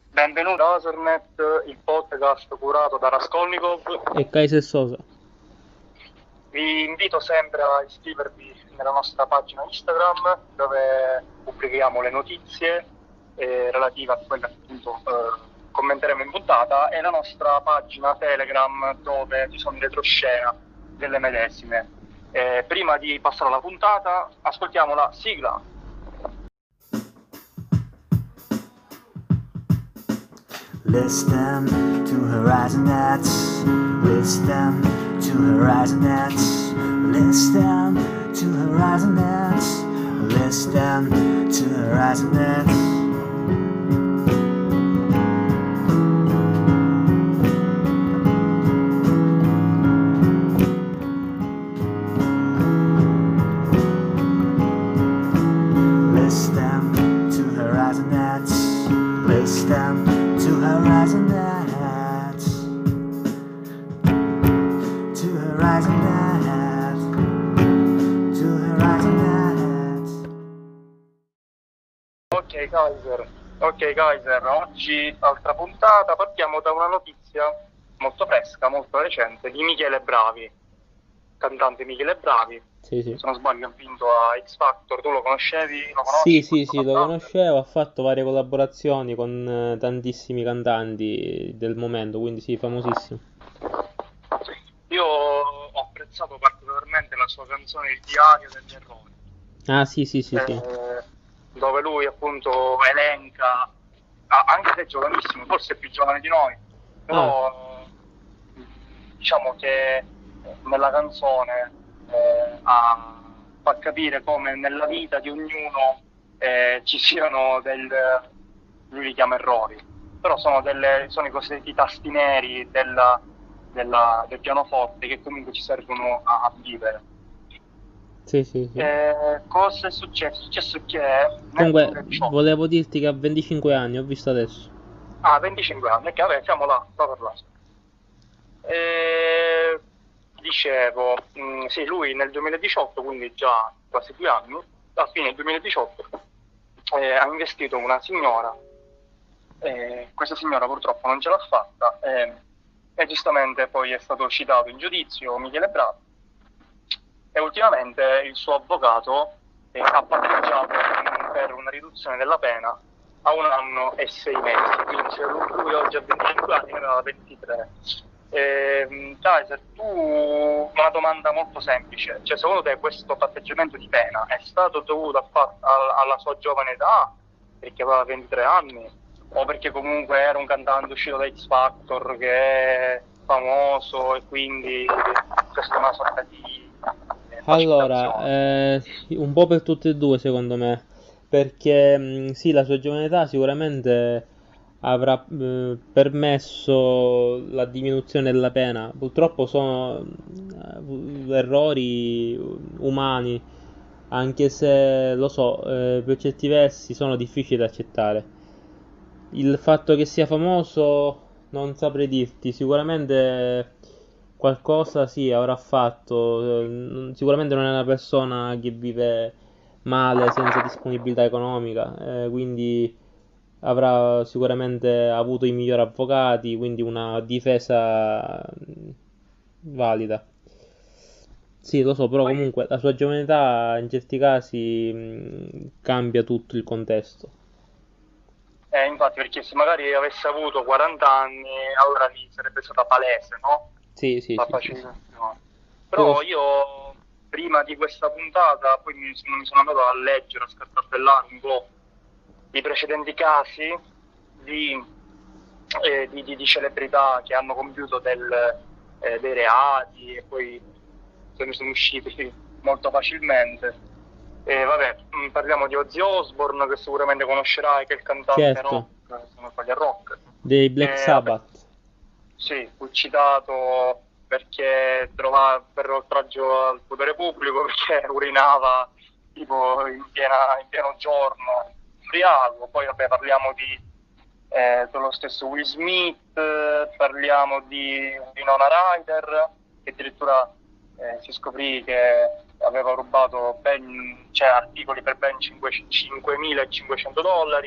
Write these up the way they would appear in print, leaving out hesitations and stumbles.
Benvenuti a Lasernet, il podcast curato da Raskolnikov. E Kaiser Sosa. Vi invito sempre a iscrivervi nella nostra pagina Instagram, dove pubblichiamo le notizie relative a quelle che appunto commenteremo in puntata, e la nostra pagina Telegram, dove ci sono in retroscena delle medesime. Prima di passare alla puntata, ascoltiamo la sigla. Listen to Horizon Nets. Listen to Horizon Nets. Listen to Horizon Nets. Listen to Horizon Nets. Listen to Horizon Nets. Listen to Horizon Nets. To Horizon Nets. To Horizon Nets. Ok Kaiser, oggi altra puntata, partiamo da una notizia molto fresca, molto recente, di Michele Bravi, cantante Michele Bravi. Sì. Se non sbaglio ha vinto a X Factor. Tu lo conoscevi? Lo conosci? Sì, questo lo cantante? conoscevo, ha fatto varie collaborazioni con tantissimi cantanti del momento, quindi sì, famosissimo. Io ho apprezzato particolarmente la sua canzone Il diario degli errori, Ah, sì. dove lui appunto elenca, anche se è giovanissimo, forse è più giovane di noi, Ah, però diciamo che nella canzone fa capire come nella vita di ognuno ci siano lui li chiama errori, però sono i cosiddetti tasti neri del pianoforte, che comunque ci servono a vivere. sì. Cosa è successo? È successo che nel Comunque, 2018, volevo dirti che ha 25 anni, ho visto adesso. 25 anni, che vabbè, siamo là, sta parlando. E dicevo, sì, lui nel 2018, quindi già quasi 2 anni, alla fine del 2018, ha investito una signora. Questa signora purtroppo non ce l'ha fatta, e giustamente poi è stato citato in giudizio Michele Bravi, e ultimamente il suo avvocato ha patteggiato per una riduzione della pena a 1 anno e 6 mesi, quindi se lui oggi ha 25 anni, ne aveva 23. Kaiser, tu, una domanda molto semplice, cioè secondo te questo patteggiamento di pena è stato dovuto alla sua giovane età, perché aveva 23 anni, o perché comunque era un cantante uscito da X Factor che è famoso e quindi questa è una sorta di Allora, facilitazione? un po' per tutte e due secondo me, perché sì, la sua giovane età sicuramente avrà permesso la diminuzione della pena. Purtroppo sono errori umani, anche se lo so, per certi versi sono difficili da accettare. Il fatto che sia famoso non saprei dirti, sicuramente qualcosa sì avrà fatto, sicuramente non è una persona che vive male, senza disponibilità economica, quindi avrà sicuramente avuto i migliori avvocati, quindi una difesa valida. Sì, lo so, però Poi, comunque la sua giovane età in certi casi cambia tutto il contesto. infatti, perché se magari avesse avuto 40 anni, allora lì sarebbe stata palese, no? Sì. Facilitazione. Quello Però io, prima di questa puntata, poi mi sono andato a leggere, a scartabellare un po' i precedenti casi di, di celebrità che hanno compiuto dei reati e poi se ne sono usciti molto facilmente. E vabbè, parliamo di Ozzy Osbourne, che sicuramente conoscerai, che è il cantante certo, rock, se non sbaglio, è rock. dei Black Vabbè, Sabbath. sì, fu citato perché per oltraggio al potere pubblico, perché urinava tipo in pieno giorno, ubriaco. Poi vabbè, parliamo dello stesso Will Smith, parliamo di Winona Ryder, che addirittura si scoprì che aveva rubato cioè, articoli per ben 5.500 dollari.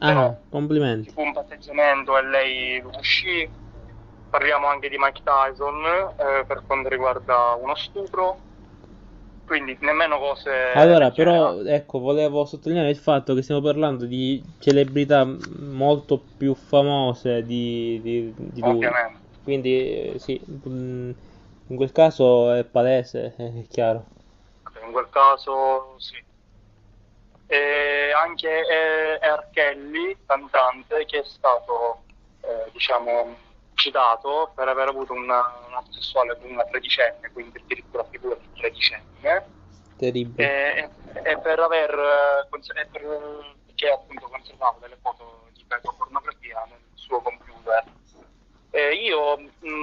però ci complimenti. fu un patteggiamento e lei uscì. Parliamo anche di Mike Tyson per quanto riguarda uno stupro, quindi nemmeno cose Allora, leggere, però, no? ecco, volevo sottolineare il fatto che stiamo parlando di celebrità molto più famose di lui. Ovviamente. Quindi, sì, in quel caso è palese, è chiaro. In quel caso sì. E anche R. Kelly, cantante, che è stato, diciamo, citato per aver avuto un atto sessuale con una tredicenne, quindi addirittura figura di tredicenne, Terribile. e per aver, che appunto conservava delle foto di pedopornografia nel suo computer. Io,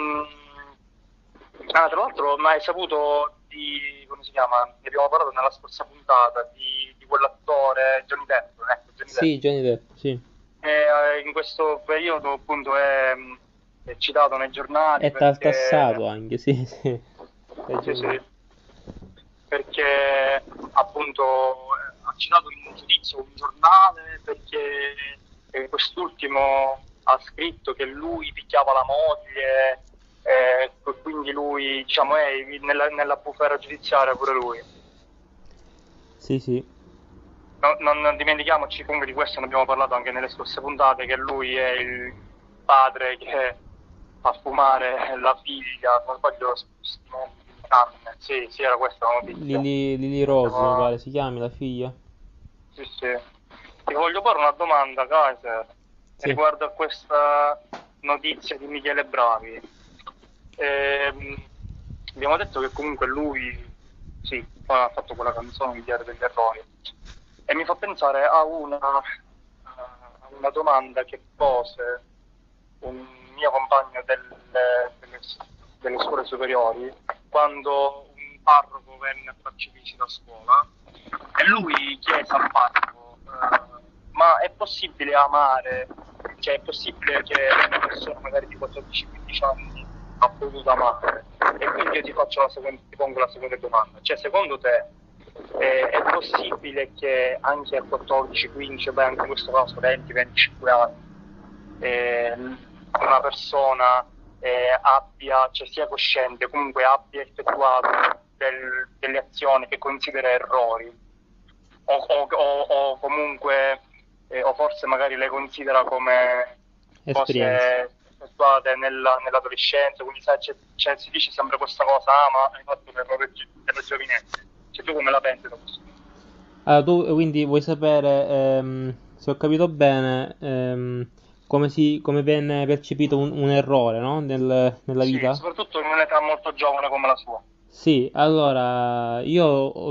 tra l'altro, ma hai saputo di, come si chiama? Ne abbiamo parlato nella scorsa puntata di quell'attore Johnny Depp, ecco, Johnny Depp, Sì, Johnny Depp, sì. che in questo periodo appunto è citato nei giornali È perché, tartassato anche, sì, sì. Hai sì, ragione. sì, perché appunto ha citato in un giudizio un giornale perché quest'ultimo ha scritto che lui picchiava la moglie, quindi lui diciamo è nella bufera giudiziaria pure lui. Sì, sì. Non dimentichiamoci comunque di questo, ne abbiamo parlato anche nelle scorse puntate, che lui è il padre che fa fumare la figlia, se non sbaglio, di canne. Sì, sì, era questa la notizia. Lily Rose, mi pare si chiami la figlia. Sì, sì. Ti voglio fare una domanda, Kaiser, Sì. riguardo a questa notizia di Michele Bravi. Abbiamo detto che comunque lui, sì, ha fatto quella canzone di Diario degli Errori. E mi fa pensare a una domanda che pose un mio compagno delle scuole superiori quando un parroco venne a farci visita a scuola e lui chiese al parroco, ma è possibile amare, cioè è possibile che una persona magari di 14-15 anni ha potuto amare? E quindi io ti pongo la seguente domanda, cioè secondo te è possibile che anche a 14, 15, beh, anche in questo caso 20, 25 anni, una persona cioè sia cosciente, comunque abbia effettuato delle azioni che considera errori, o comunque, o forse magari le considera come Esperienza. cose effettuate nell'adolescenza, quindi sai, si dice sempre questa cosa, ma hai fatto l'errore della giovinezza. Cioè, tu come la pensi da questo? Allora, tu quindi vuoi sapere, se ho capito bene, come venne percepito un errore, no? Nella Sì, vita? soprattutto in un'età molto giovane come la sua. Sì, allora, io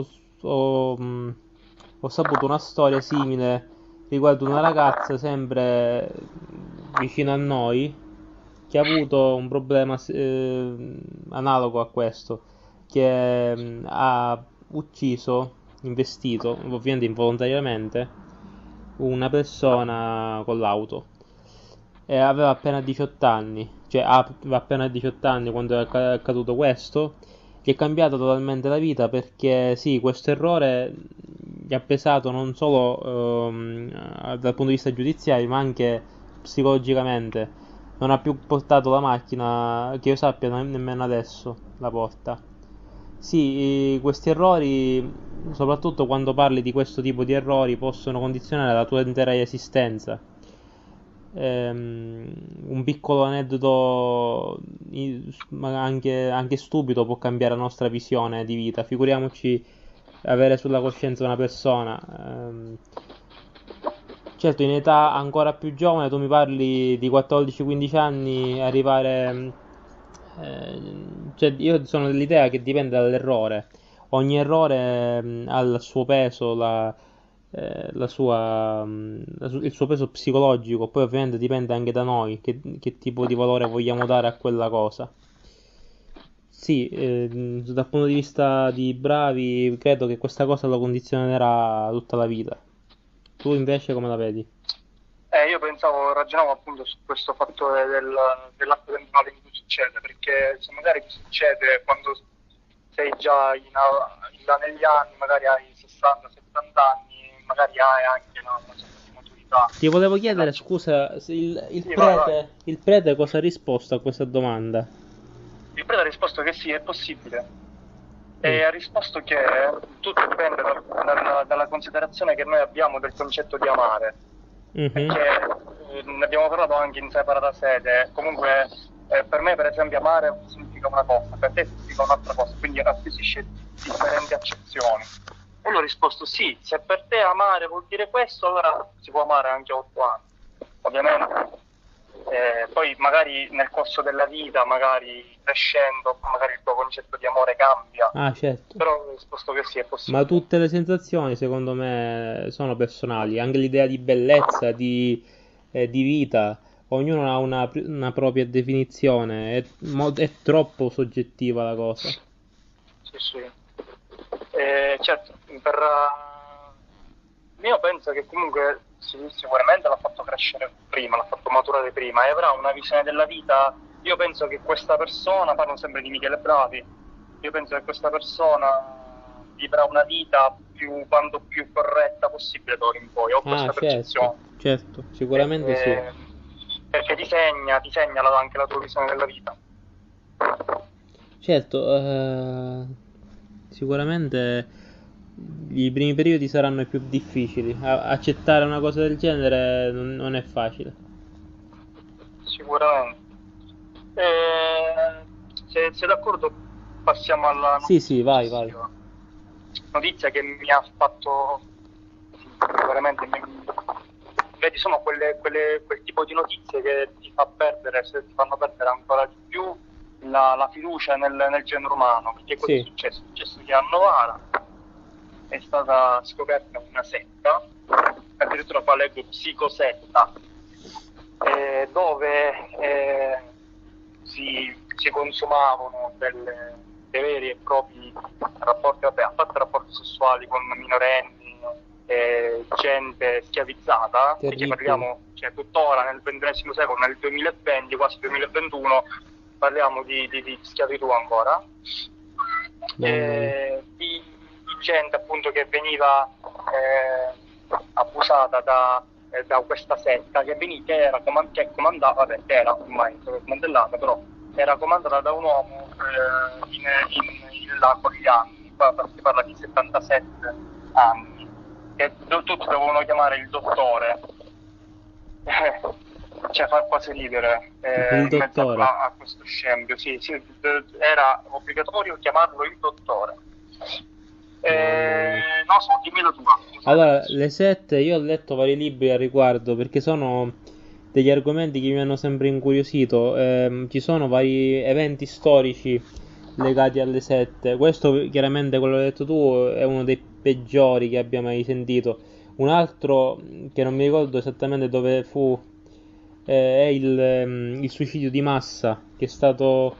ho saputo una storia simile riguardo una ragazza sempre vicino a noi che ha avuto un problema analogo a questo, che ha ucciso, investito, ovviamente involontariamente, una persona con l'auto. E aveva appena 18 anni, cioè aveva appena 18 anni quando è accaduto questo. Gli è cambiata totalmente la vita perché sì, questo errore gli ha pesato non solo dal punto di vista giudiziario, ma anche psicologicamente. Non ha più portato la macchina, che io sappia, nemmeno adesso la porta. Sì, questi errori, soprattutto quando parli di questo tipo di errori, possono condizionare la tua intera esistenza. Un piccolo aneddoto anche stupido può cambiare la nostra visione di vita, figuriamoci avere sulla coscienza una persona. Certo, in età ancora più giovane, tu mi parli di 14-15 anni, arrivare... cioè, io sono dell'idea che dipende dall'errore. Ogni errore ha il suo peso, il suo peso psicologico, poi ovviamente dipende anche da noi che tipo di valore vogliamo dare a quella cosa. Sì, dal punto di vista di bravi, credo che questa cosa lo condizionerà tutta la vita. Tu invece come la vedi? Io ragionavo appunto su questo fattore dell'atto temporale in cui succede, perché se magari ti succede quando sei già in là negli anni, magari hai 60-70 anni, magari hai anche una certa di maturità vita. Ti volevo chiedere, scusa, il Sì, vai, prete, il prete cosa ha risposto a questa domanda? Il prete ha risposto che sì, è possibile. Mm. E ha risposto che tutto dipende dalla considerazione che noi abbiamo del concetto di amare. Mhm. Perché ne abbiamo parlato anche in separata sede. Comunque, per me, per esempio, amare significa una cosa, per te significa un'altra cosa, quindi acquisisce differenti accezioni. E lui ha risposto sì, se per te amare vuol dire questo, allora si può amare anche a 8 anni. Ovviamente. Poi magari nel corso della vita, magari crescendo, magari il tuo concetto di amore cambia. Ah, certo. Però ho risposto che sì, è possibile. Ma tutte le sensazioni, secondo me, sono personali. Anche l'idea di bellezza, di vita, ognuno ha una propria definizione. È troppo soggettiva la cosa. Sì, sì. Certo, io penso che comunque sicuramente l'ha fatto crescere prima, l'ha fatto maturare prima e avrà una visione della vita. Io penso che questa persona, parlo sempre di Michele Bravi, io penso che questa persona vivrà una vita quanto più corretta possibile d'ora in poi, ho questa percezione. Certo, sicuramente sì. Perché ti segna anche la tua visione della vita. Certo, sicuramente i primi periodi saranno i più difficili. Accettare una cosa del genere non è facile. Sicuramente. Se sei d'accordo, passiamo alla Sì, vai. successiva. Notizia che mi ha fatto veramente. Vedi, sono quel tipo di notizie che ti fanno perdere ancora di più la fiducia nel genere umano. Perché cosa è successo? È successo che a Novara è stata scoperta una setta, addirittura qua leggo psicosetta, dove si consumavano dei veri e propri rapporti, a parte rapporti sessuali con minorenni, gente schiavizzata, perché parliamo, cioè, tuttora nel XX secolo, nel 2020, quasi 2021, parliamo di schiavitù ancora, di gente appunto che veniva abusata da questa setta che era comandata, vabbè, era ormai smantellata, però era comandata da un uomo in là con gli anni, qua si parla di 77 anni, che tutti dovevano chiamare il dottore, cioè fa quasi ridere il in mezzo dottore. a questo scempio, sì, era obbligatorio chiamarlo il dottore. Non so, dimmi la tua. Allora, le sette, io ho letto vari libri al riguardo perché sono degli argomenti che mi hanno sempre incuriosito. Ci sono vari eventi storici legati alle sette. Questo, chiaramente, quello che hai detto tu, è uno dei peggiori che abbia mai sentito. Un altro, che non mi ricordo esattamente dove fu, è il suicidio di massa, che è stato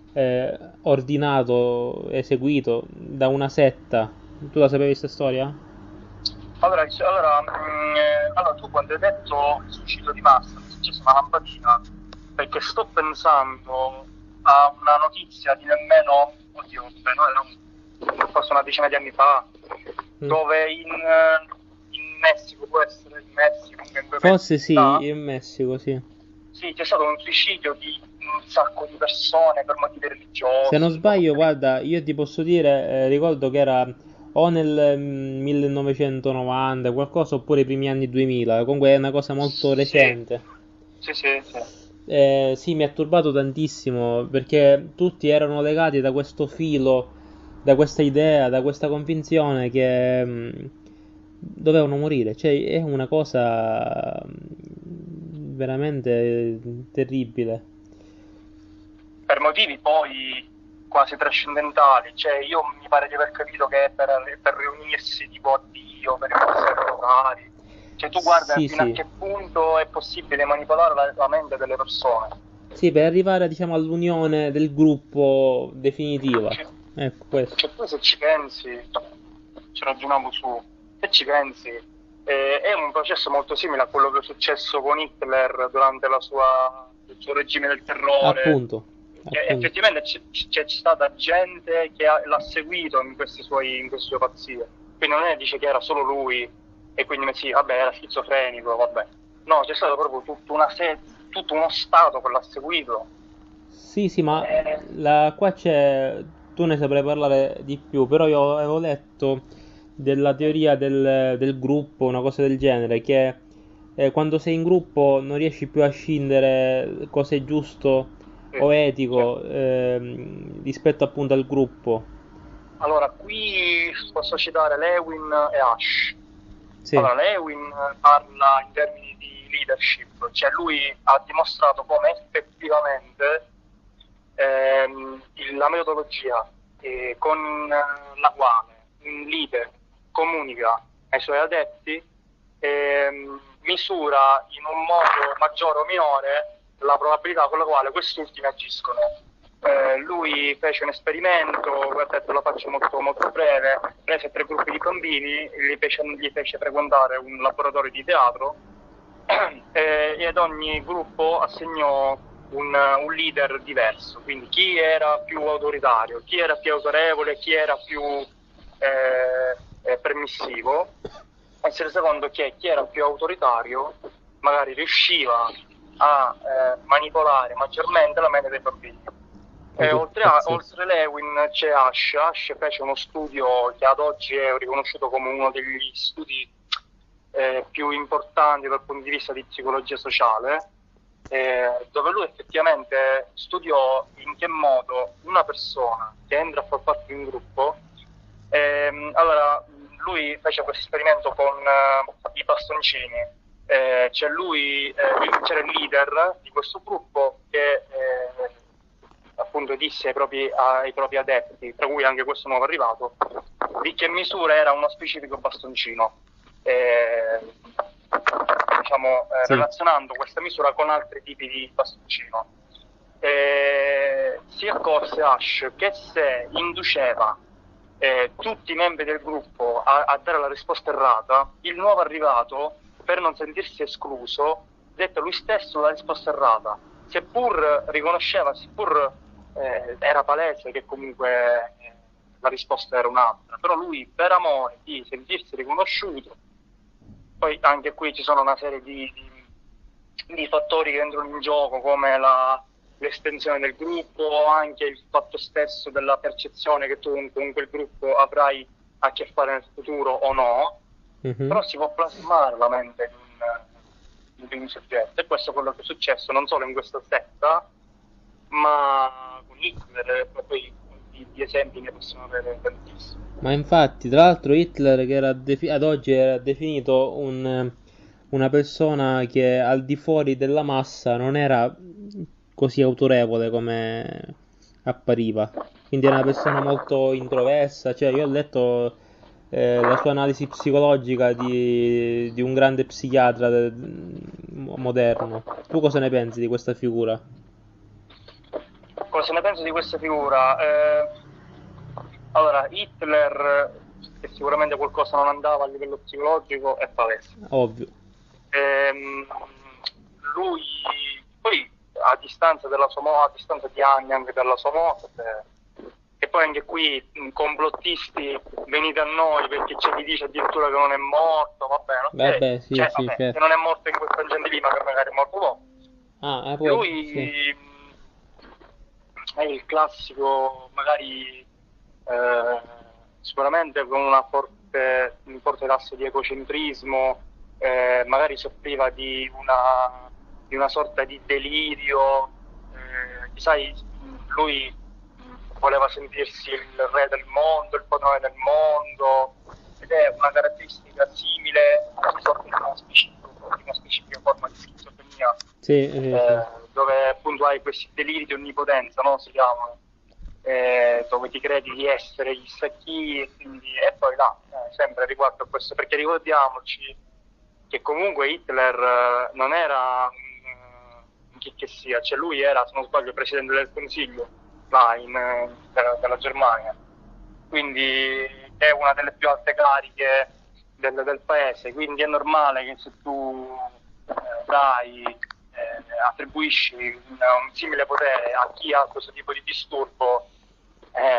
ordinato, eseguito da una setta. Tu la sapevi questa storia? Allora, tu quando hai detto il suicidio di massa mi è successa una lampadina, perché sto pensando a una notizia di nemmeno, oddio, no, era forse una decina di anni fa, dove in Messico, può essere in Messico, forse sì, in Messico, sì. Sì, c'è stato un suicidio di un sacco di persone per motivi religiosi. Se non sbaglio, guarda, io ti posso dire, ricordo che era o nel 1990, qualcosa, oppure i primi anni 2000, comunque è una cosa molto recente. Sì. Sì, mi ha turbato tantissimo, perché tutti erano legati da questo filo, da questa idea, da questa convinzione che dovevano morire. Cioè, è una cosa veramente terribile. Per motivi poi quasi trascendentali, cioè io mi pare di aver capito che è per riunirsi tipo a Dio, per essere locali. Cioè tu guarda fino a che punto è possibile manipolare la mente delle persone. Sì, per arrivare, diciamo, all'unione del gruppo definitiva. Ecco, questo. Cioè poi se ci pensi, ci ragionavo su, se ci pensi, è un processo molto simile a quello che è successo con Hitler durante il suo regime del terrore. Appunto. Effettivamente c'è stata gente che l'ha seguito in queste sue pazzie. Quindi non è dice che era solo lui e quindi sì, vabbè, era schizofrenico, vabbè. No, c'è stato proprio tutto uno stato che l'ha seguito. Sì, ma Eh, qua c'è, tu ne saprai parlare di più, però io avevo letto della teoria del gruppo, una cosa del genere, che quando sei in gruppo non riesci più a scindere cosa è giusto sì, o sì. etico rispetto appunto al gruppo. Allora, qui posso citare Lewin e Ash. Sì, Allora, Lewin parla in termini di leadership, cioè lui ha dimostrato come effettivamente la metodologia con la quale un leader comunica ai suoi adepti misura in un modo maggiore o minore la probabilità con la quale questi ultimi agiscono. Lui fece un esperimento, guardate, lo faccio molto, molto breve, prese 3 gruppi di bambini, gli fece frequentare un laboratorio di teatro ed ogni gruppo assegnò un leader diverso, quindi chi era più autoritario, chi era più autorevole, chi era più permissivo, e si rese conto che chi era più autoritario magari riusciva a manipolare maggiormente la mente dei bambini. oh, che pazzesco. Oltre Lewin c'è Ash. Ash fece uno studio che ad oggi è riconosciuto come uno degli studi più importanti dal punto di vista di psicologia sociale, dove lui effettivamente studiò in che modo una persona che entra a far parte di un gruppo, allora lui fece questo esperimento con i bastoncini. C'era il leader di questo gruppo che appunto disse ai propri adepti, tra cui anche questo nuovo arrivato, di che misura era uno specifico bastoncino, Sì, relazionando questa misura con altri tipi di bastoncino. Si accorse Ash che se induceva tutti i membri del gruppo a dare la risposta errata, il nuovo arrivato, per non sentirsi escluso, dette lui stesso la risposta errata, seppur riconosceva, seppur era palese che comunque la risposta era un'altra, però lui per amore di sentirsi riconosciuto, poi anche qui ci sono una serie di fattori che entrano in gioco come l'estensione del gruppo o anche il fatto stesso della percezione che tu con quel gruppo avrai a che fare nel futuro o no, mhm. però si può plasmare la mente di un soggetto, e questo è quello che è successo non solo in questa setta, ma con Hitler, e poi di esempi ne possiamo avere tantissimi. Ma infatti, tra l'altro Hitler, che era ad oggi era definito una persona che al di fuori della massa non era così autorevole come appariva. Quindi era una persona molto introversa. Cioè, io ho letto la sua analisi psicologica di un grande psichiatra moderno. Tu cosa ne pensi di questa figura? Cosa ne penso di questa figura? Allora, Hitler, che sicuramente qualcosa non andava a livello psicologico, è palese. Ovvio. Ehm, Lui, poi a distanza di anni anche dalla sua morte, e poi anche qui complottisti, venite a noi perché c'è chi dice addirittura che non è morto, va bene, ok, Vabbè, sì, cioè, sì, vabbè, che certo. non è morto in quel frangente lì, ma che magari è morto dopo. Ah, sì. Lui è il classico, magari eh, sicuramente con un forte tasso di egocentrismo, magari soffriva di una sorta di delirio, sai, lui voleva sentirsi il re del mondo, il padrone del mondo, ed è una caratteristica simile a una sorta di una specifica forma di schizofrenia, Sì, sì. dove appunto hai questi deliri di onnipotenza, no? Si chiamano, dove ti credi di essere chissà chi, e poi là, sempre riguardo a questo, perché ricordiamoci che comunque Hitler non era chi che sia, cioè lui era, se non sbaglio, presidente del Consiglio là della Germania, quindi è una delle più alte cariche del paese, quindi è normale che se tu attribuisci un simile potere a chi ha questo tipo di disturbo,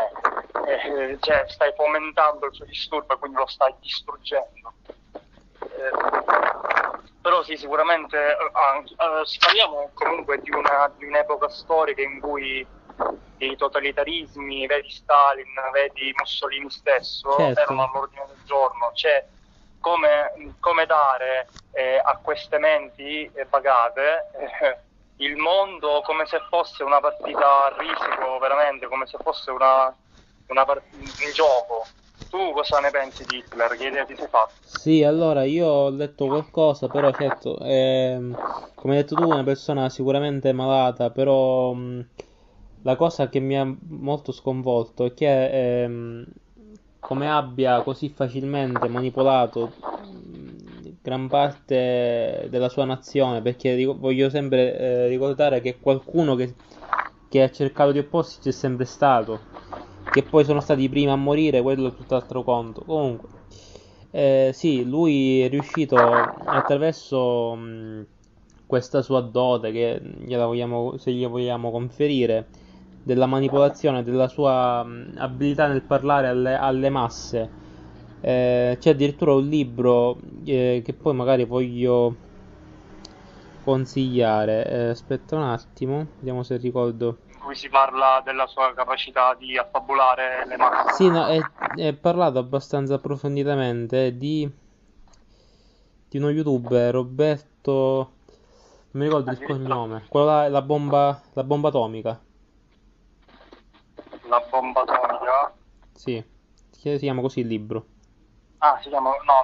cioè stai fomentando il suo disturbo e quindi lo stai distruggendo. Però sì, sicuramente parliamo comunque di un'epoca storica in cui i totalitarismi, vedi Stalin, vedi Mussolini stesso, Certo. erano all'ordine del giorno. Cioè, come dare a queste menti bagate il mondo come se fosse una partita a risico, veramente, come se fosse un gioco. Tu cosa ne pensi di Hitler? Che idea ti sei fatto? Sì, allora io ho letto qualcosa, però certo, come hai detto tu, è una persona sicuramente malata, però la cosa che mi ha molto sconvolto è che come abbia così facilmente manipolato gran parte della sua nazione, perché voglio sempre ricordare che qualcuno che ha cercato di opporsi c'è sempre stato, che poi sono stati i primi a morire, quello è tutt'altro conto. Comunque, sì, lui è riuscito attraverso questa sua dote, che se gli vogliamo conferire, della manipolazione, della sua abilità nel parlare alle masse. C'è addirittura un libro che poi magari voglio consigliare. Aspetta un attimo, vediamo se ricordo. In cui si parla della sua capacità di affabulare le masse. Sì, no, è parlato abbastanza approfonditamente di uno youtuber, Roberto, non mi ricordo il cognome, quello là, è la bomba atomica, La bomba atomica. sì, si chiama così il libro. Ah, si chiama... No,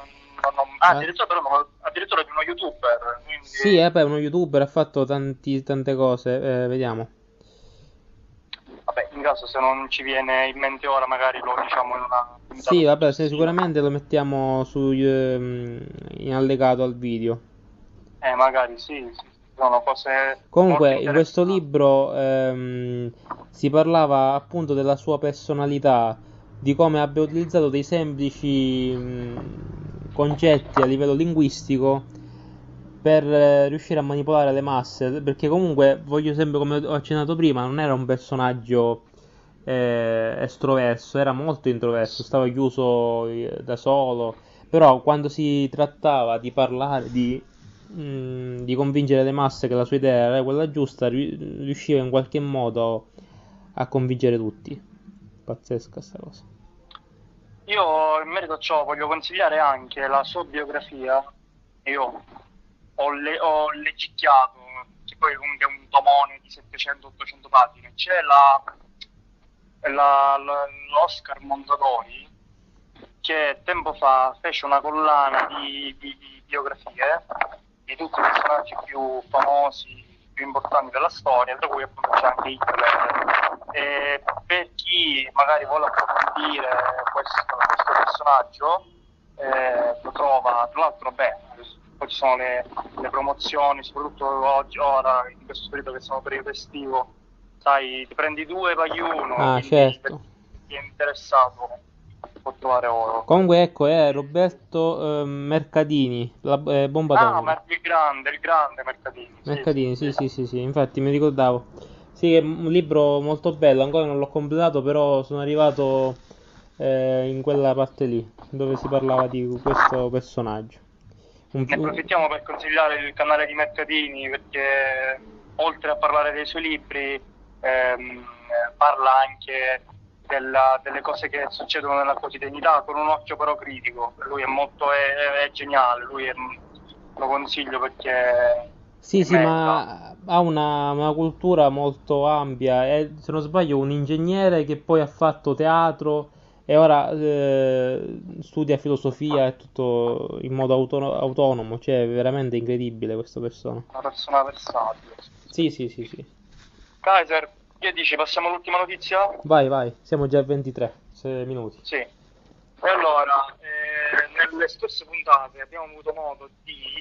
addirittura di uno youtuber. Quindi... Sì, beh, uno youtuber, ha fatto tante cose, vediamo. Vabbè, in caso se non ci viene in mente ora, magari lo diciamo in una puntata Sì, vabbè, successiva. sicuramente lo mettiamo in allegato al video. Magari sì, sono cose Comunque, molto in questo interessanti. libro si parlava appunto della sua personalità, di come abbia utilizzato dei semplici concetti a livello linguistico per riuscire a manipolare le masse, perché comunque, voglio sempre, come ho accennato prima, non era un personaggio estroverso, era molto introverso, stava chiuso da solo, però quando si trattava di parlare, di convincere le masse che la sua idea era quella giusta, riusciva in qualche modo a convincere tutti. Pazzesca sta cosa. Io in merito a ciò voglio consigliare anche la sua biografia. Io ho leggicchiato, che poi comunque è un tomone di 700-800 pagine. C'è l'Oscar Mondadori, che tempo fa fece una collana di biografie di tutti i personaggi più famosi, più importanti della storia, tra cui appunto c'è anche Hitler. E per chi magari vuole approfondire questo personaggio, lo trova, tra l'altro, poi ci sono le promozioni, soprattutto ora, in questo periodo che siamo periodo estivo, sai, ti prendi 2 paghi uno, Ah, quindi certo. per chi è interessato può trovare oro. Comunque ecco, è Roberto Mercadini, la bomba Ah, atomica. ma il grande Mercatini. Mercatini, sì, infatti mi ricordavo. Sì, è un libro molto bello, ancora non l'ho completato, però sono arrivato in quella parte lì, dove si parlava di questo personaggio. Ne approfittiamo per consigliare il canale di Mercatini, perché oltre a parlare dei suoi libri, parla anche delle cose che succedono nella quotidianità, con un occhio però critico. Lui è geniale, lo consiglio perché Sì, sì, merita. ma ha una cultura molto ampia. È, se non sbaglio, un ingegnere che poi ha fatto teatro e ora studia filosofia e tutto in modo autonomo. Cioè, è veramente incredibile questa persona. Una persona versatile. Sì. Kaiser, che dici? Passiamo all'ultima notizia? Vai, siamo già a 23 minuti. Sì. E allora, nelle scorse puntate abbiamo avuto modo di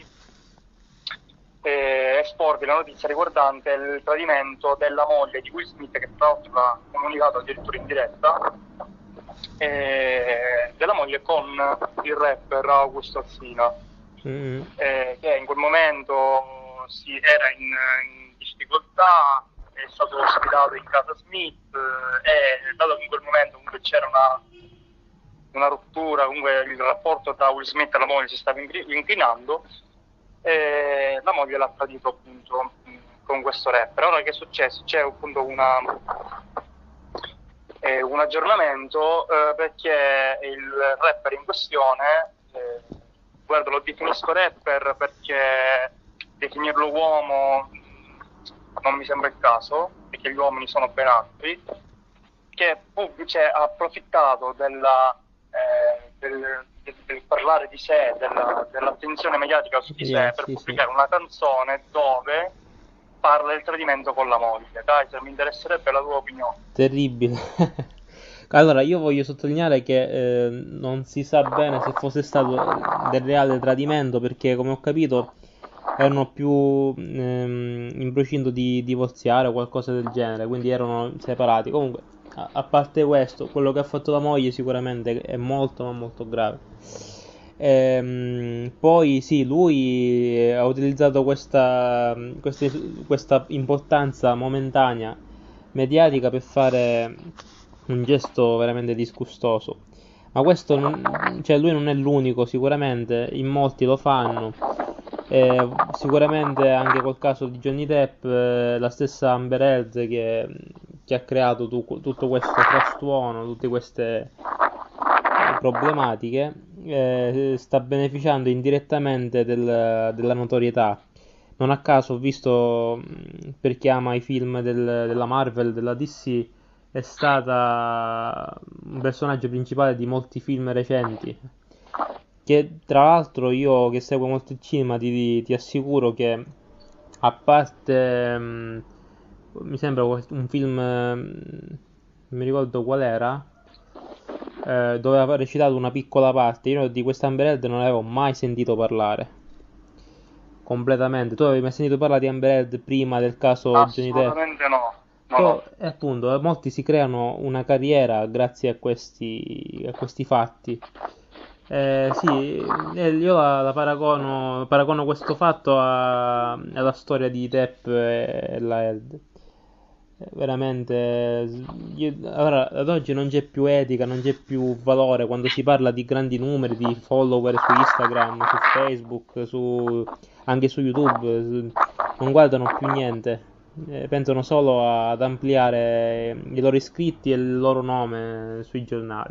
esporvi la notizia riguardante il tradimento della moglie di Will Smith, che tra l'altro l'ha comunicato addirittura in diretta, della moglie con il rapper Augusto Alsina, che in quel momento era in difficoltà, è stato ospitato in casa Smith, e dato che in quel momento comunque c'era una rottura, comunque il rapporto tra Will Smith e la moglie si stava inclinando, e la moglie l'ha tradito appunto con questo rapper. Ora che è successo? C'è appunto un aggiornamento, perché il rapper in questione, guarda, lo definisco rapper perché definirlo uomo non mi sembra il caso, perché gli uomini sono ben altri, che ha approfittato del parlare di sé, dell'attenzione mediatica su di sé, per pubblicare una canzone dove parla del tradimento con la moglie. Dai, mi interesserebbe la tua opinione. Terribile. Allora, io voglio sottolineare che non si sa bene se fosse stato del reale tradimento, perché come ho capito erano più in procinto di divorziare o qualcosa del genere, quindi erano separati. Comunque, a parte questo, quello che ha fatto la moglie sicuramente è molto ma molto grave. Poi sì, lui ha utilizzato questa importanza momentanea mediatica per fare un gesto veramente disgustoso. Ma questo cioè lui non è l'unico, sicuramente in molti lo fanno. Sicuramente anche col caso di Johnny Depp, la stessa Amber Heard che ha creato tutto questo frastuono, tutte queste problematiche, sta beneficiando indirettamente della notorietà. Non a caso ho visto, per chi ama i film della Marvel, della DC, è stata un personaggio principale di molti film recenti, che tra l'altro io che seguo molto il cinema ti assicuro che, a parte mi sembra un film, non mi ricordo qual era, dove aveva recitato una piccola parte, io di questa Amber Heard non avevo mai sentito parlare completamente. Tu avevi mai sentito parlare di Amber Heard prima del caso Johnny Depp? Assolutamente no. E appunto, molti si creano una carriera grazie a questi fatti. Sì, io la paragono questo fatto alla storia di Depp e la Heard. Veramente, allora, ad oggi non c'è più etica, non c'è più valore quando si parla di grandi numeri di follower su Instagram, su Facebook, anche su YouTube. Non guardano più niente, pensano solo ad ampliare i loro iscritti e il loro nome sui giornali.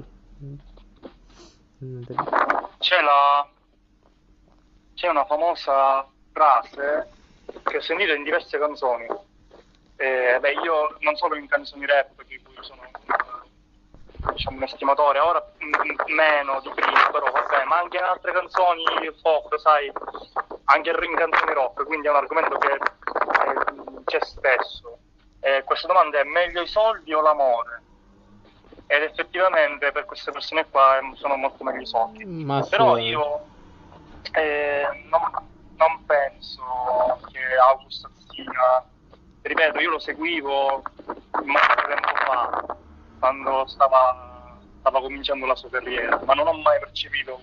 C'è una famosa frase che ho sentito in diverse canzoni. Io non solo in canzoni rap, di cui sono un estimatore, ora meno di prima, però vabbè, ma anche in altre canzoni folk, sai, anche in canzoni rock, quindi è un argomento che c'è spesso. Questa domanda è: meglio i soldi o l'amore? Ed effettivamente per queste persone qua sono molto meglio i soldi. Però io non penso che August sia... Ripeto, io lo seguivo molto tempo fa, quando stava cominciando la sua carriera, ma non ho mai percepito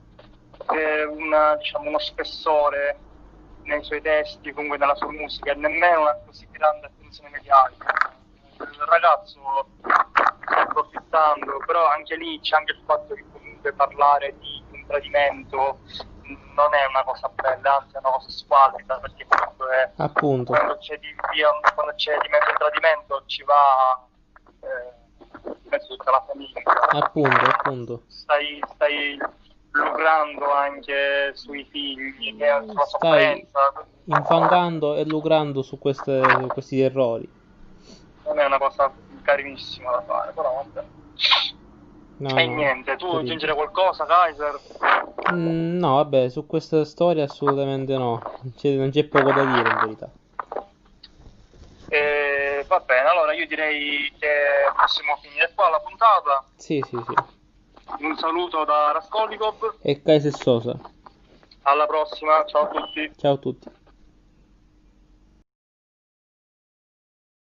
uno spessore nei suoi testi, comunque nella sua musica, e nemmeno una così grande attenzione mediatica. Il ragazzo sta approfittando, però anche lì c'è anche il fatto che comunque parlare di un tradimento non è una cosa bella, anzi è una cosa squallida, perché comunque appunto, quando c'è di mezzo il tradimento ci va di mezzo tutta la famiglia. Appunto. Stai lucrando anche sui figli, sulla sofferenza. Infangando e lucrando su questi errori. Non è una cosa carinissima da fare, però vabbè. No, e niente, tu aggiungere qualcosa, Kaiser? No, vabbè, su questa storia assolutamente no. Non c'è poco da dire in verità. Va bene, allora io direi che possiamo finire qua la puntata. Sì. Un saluto da Raskolnikov e Kaiser Sosa. Alla prossima, ciao a tutti. Ciao a tutti.